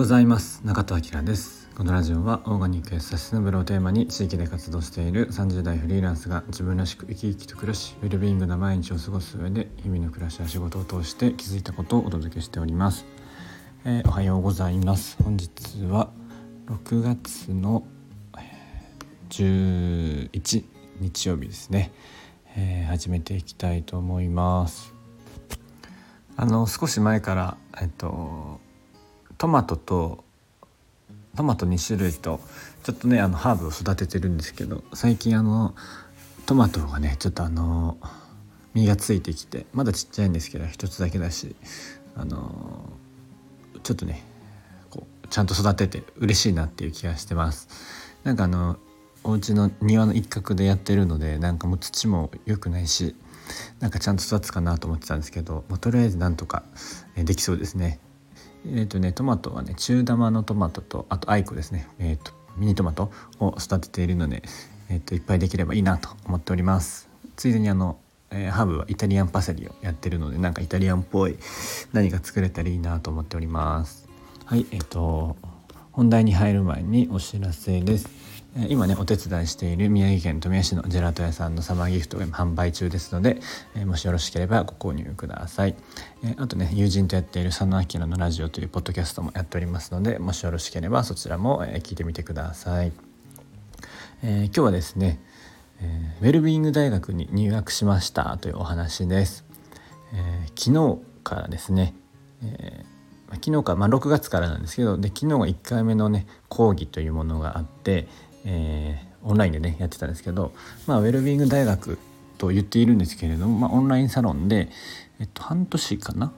ございます。中戸明です。このラジオはオーガニックやサステナブルをテーマに地域で活動している30代フリーランスが自分らしく生き生きと暮らしウェルビーイングな毎日を過ごす上で日々の暮らしや仕事を通して気づいたことをお届けしております。おはようございます。本日は6月の11日曜日ですね。始めていきたいと思います。少し前からトマト2種類とちょっとねハーブを育ててるんですけど、最近トマトがねちょっと実がついてきて、まだちっちゃいんですけど一つだけだしちょっとねこうちゃんと育てて嬉しいなっていう気がしてます。なんかお家の庭の一角でやってるので、なんかもう土も良くないし、なんかちゃんと育つかなと思ってたんですけど、とりあえずなんとかできそうですね。トマトはね、中玉のトマトとあとアイコですね、ミニトマトを育てているので、いっぱいできればいいなと思っております。ついでにハーブはイタリアンパセリをやってるので、なんかイタリアンっぽい何か作れたらいいなと思っております。はい、本題に入る前にお知らせです。今ねお手伝いしている宮城県富谷市のジェラート屋さんのサマーギフトが販売中ですので、もしよろしければご購入ください。あとね、友人とやっている佐野明のラジオというポッドキャストもやっておりますので、もしよろしければそちらも聞いてみてください。今日はですね、ウェルビーイング大学に入学しましたというお話です。昨日からですね、昨日か、6月からなんですけど、昨日が1回目のね講義というものがあって、オンラインでねやってたんですけど、ウェルビーイング大学と言っているんですけれども、オンラインサロンで、半年かな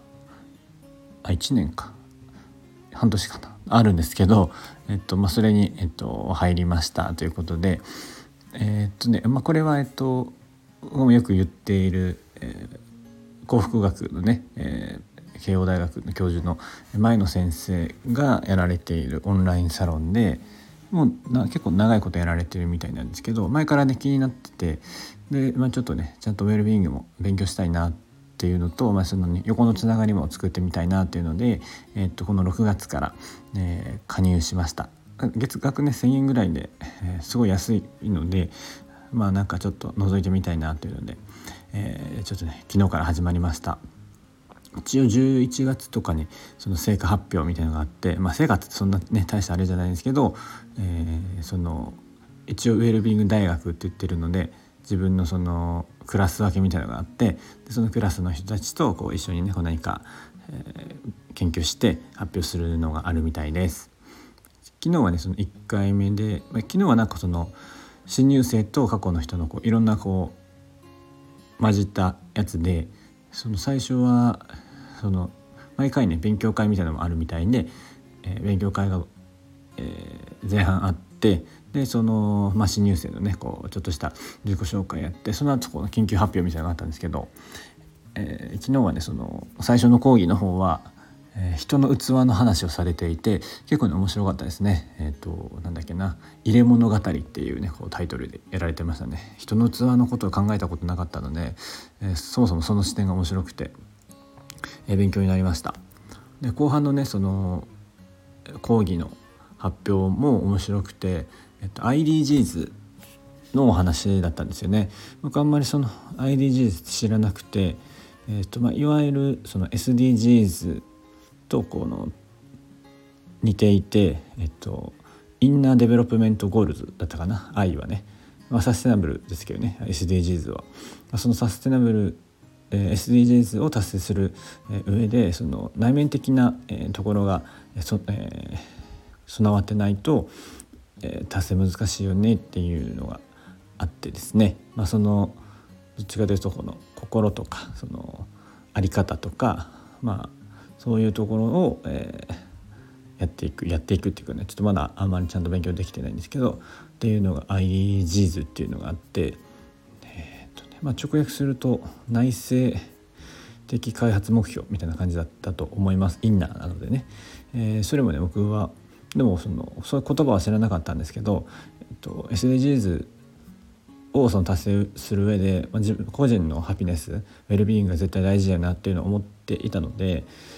1年か半年かなあるんですけど、それに、入りましたということで、これは僕もよく言っている、幸福学のね、慶応大学の教授の前野先生がやられているオンラインサロンで、もう結構長いことやられてるみたいなんですけど、前からね気になってて、で、ちょっとねちゃんとウェルビーイングも勉強したいなっていうのと、そのね横のつながりも作ってみたいなっていうので、この6月から、加入しました。月額ね1000円ぐらいで、すごい安いので、なんかちょっと覗いてみたいなというので、ちょっとね昨日から始まりました。一応11月とかにその成果発表みたいなのがあって、成果ってそんなね大したあれじゃないんですけど、その一応ウェルビーイング大学って言ってるので、自分のそのクラス分けみたいなのがあって、でそのクラスの人たちとこう一緒にね何か、研究して発表するのがあるみたいです。昨日はねその1回目で、昨日はなんかその新入生と過去の人のいろんな混じったやつで、その最初はその毎回ね勉強会みたいなのもあるみたいで、勉強会が、前半あって、でその、新入生のねちょっとした自己紹介やって、その後緊急発表みたいなのがあったんですけど、昨日はねその最初の講義の方は、人の器の話をされていて、結構ね面白かったですね。なんだっけな、入れ物語っていうねタイトルでやられてましたね。人の器のことを考えたことなかったので、そもそもその視点が面白くて、勉強になりました。で後半のねその講義の発表も面白くて、IDGs のお話だったんですよね。僕あんまりその IDGs 知らなくて、いわゆるその SDGs と似ていて、インナーデベロップメントゴールズだったかな、I はね、サステナブルですけどね SDGs は、そのサステナブル、SDGs を達成する上で、その内面的なところが備わってないと達成難しいよねっていうのがあってですね、そのどっちかというと心とかそのあり方とか、そういうところを、やっていくっていうかね、ちょっとまだあんまりちゃんと勉強できてないんですけどっていうのが IDGs っていうのがあって、直訳すると内省的開発目標みたいな感じだったと思います。インナーなのでね、それもね僕はでもそういう言葉は知らなかったんですけど、SDGs を達成する上で、自分個人のハピネスウェルビーイングが絶対大事だなっていうのを思っていたので、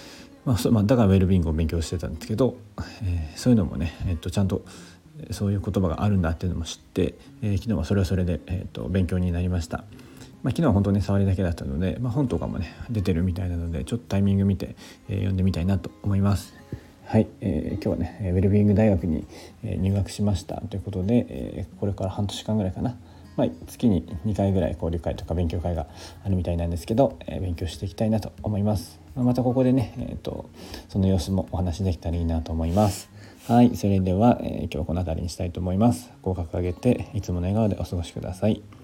だからウェルビーイングを勉強してたんですけど、そういうのもね、ちゃんとそういう言葉があるんだっていうのも知って、昨日はそれはそれで、勉強になりました。昨日は本当に触りだけだったので、本とかもね出てるみたいなのでちょっとタイミング見て、読んでみたいなと思います。はい、今日はねウェルビーイング大学に入学しましたということで、これから半年間ぐらいかな、月に2回ぐらい交流会とか勉強会があるみたいなんですけど、勉強していきたいなと思います。またここでね、その様子もお話できたらいいなと思います。はい、それでは、今日はこの辺りにしたいと思います。合格上げていつもの笑顔でお過ごしください。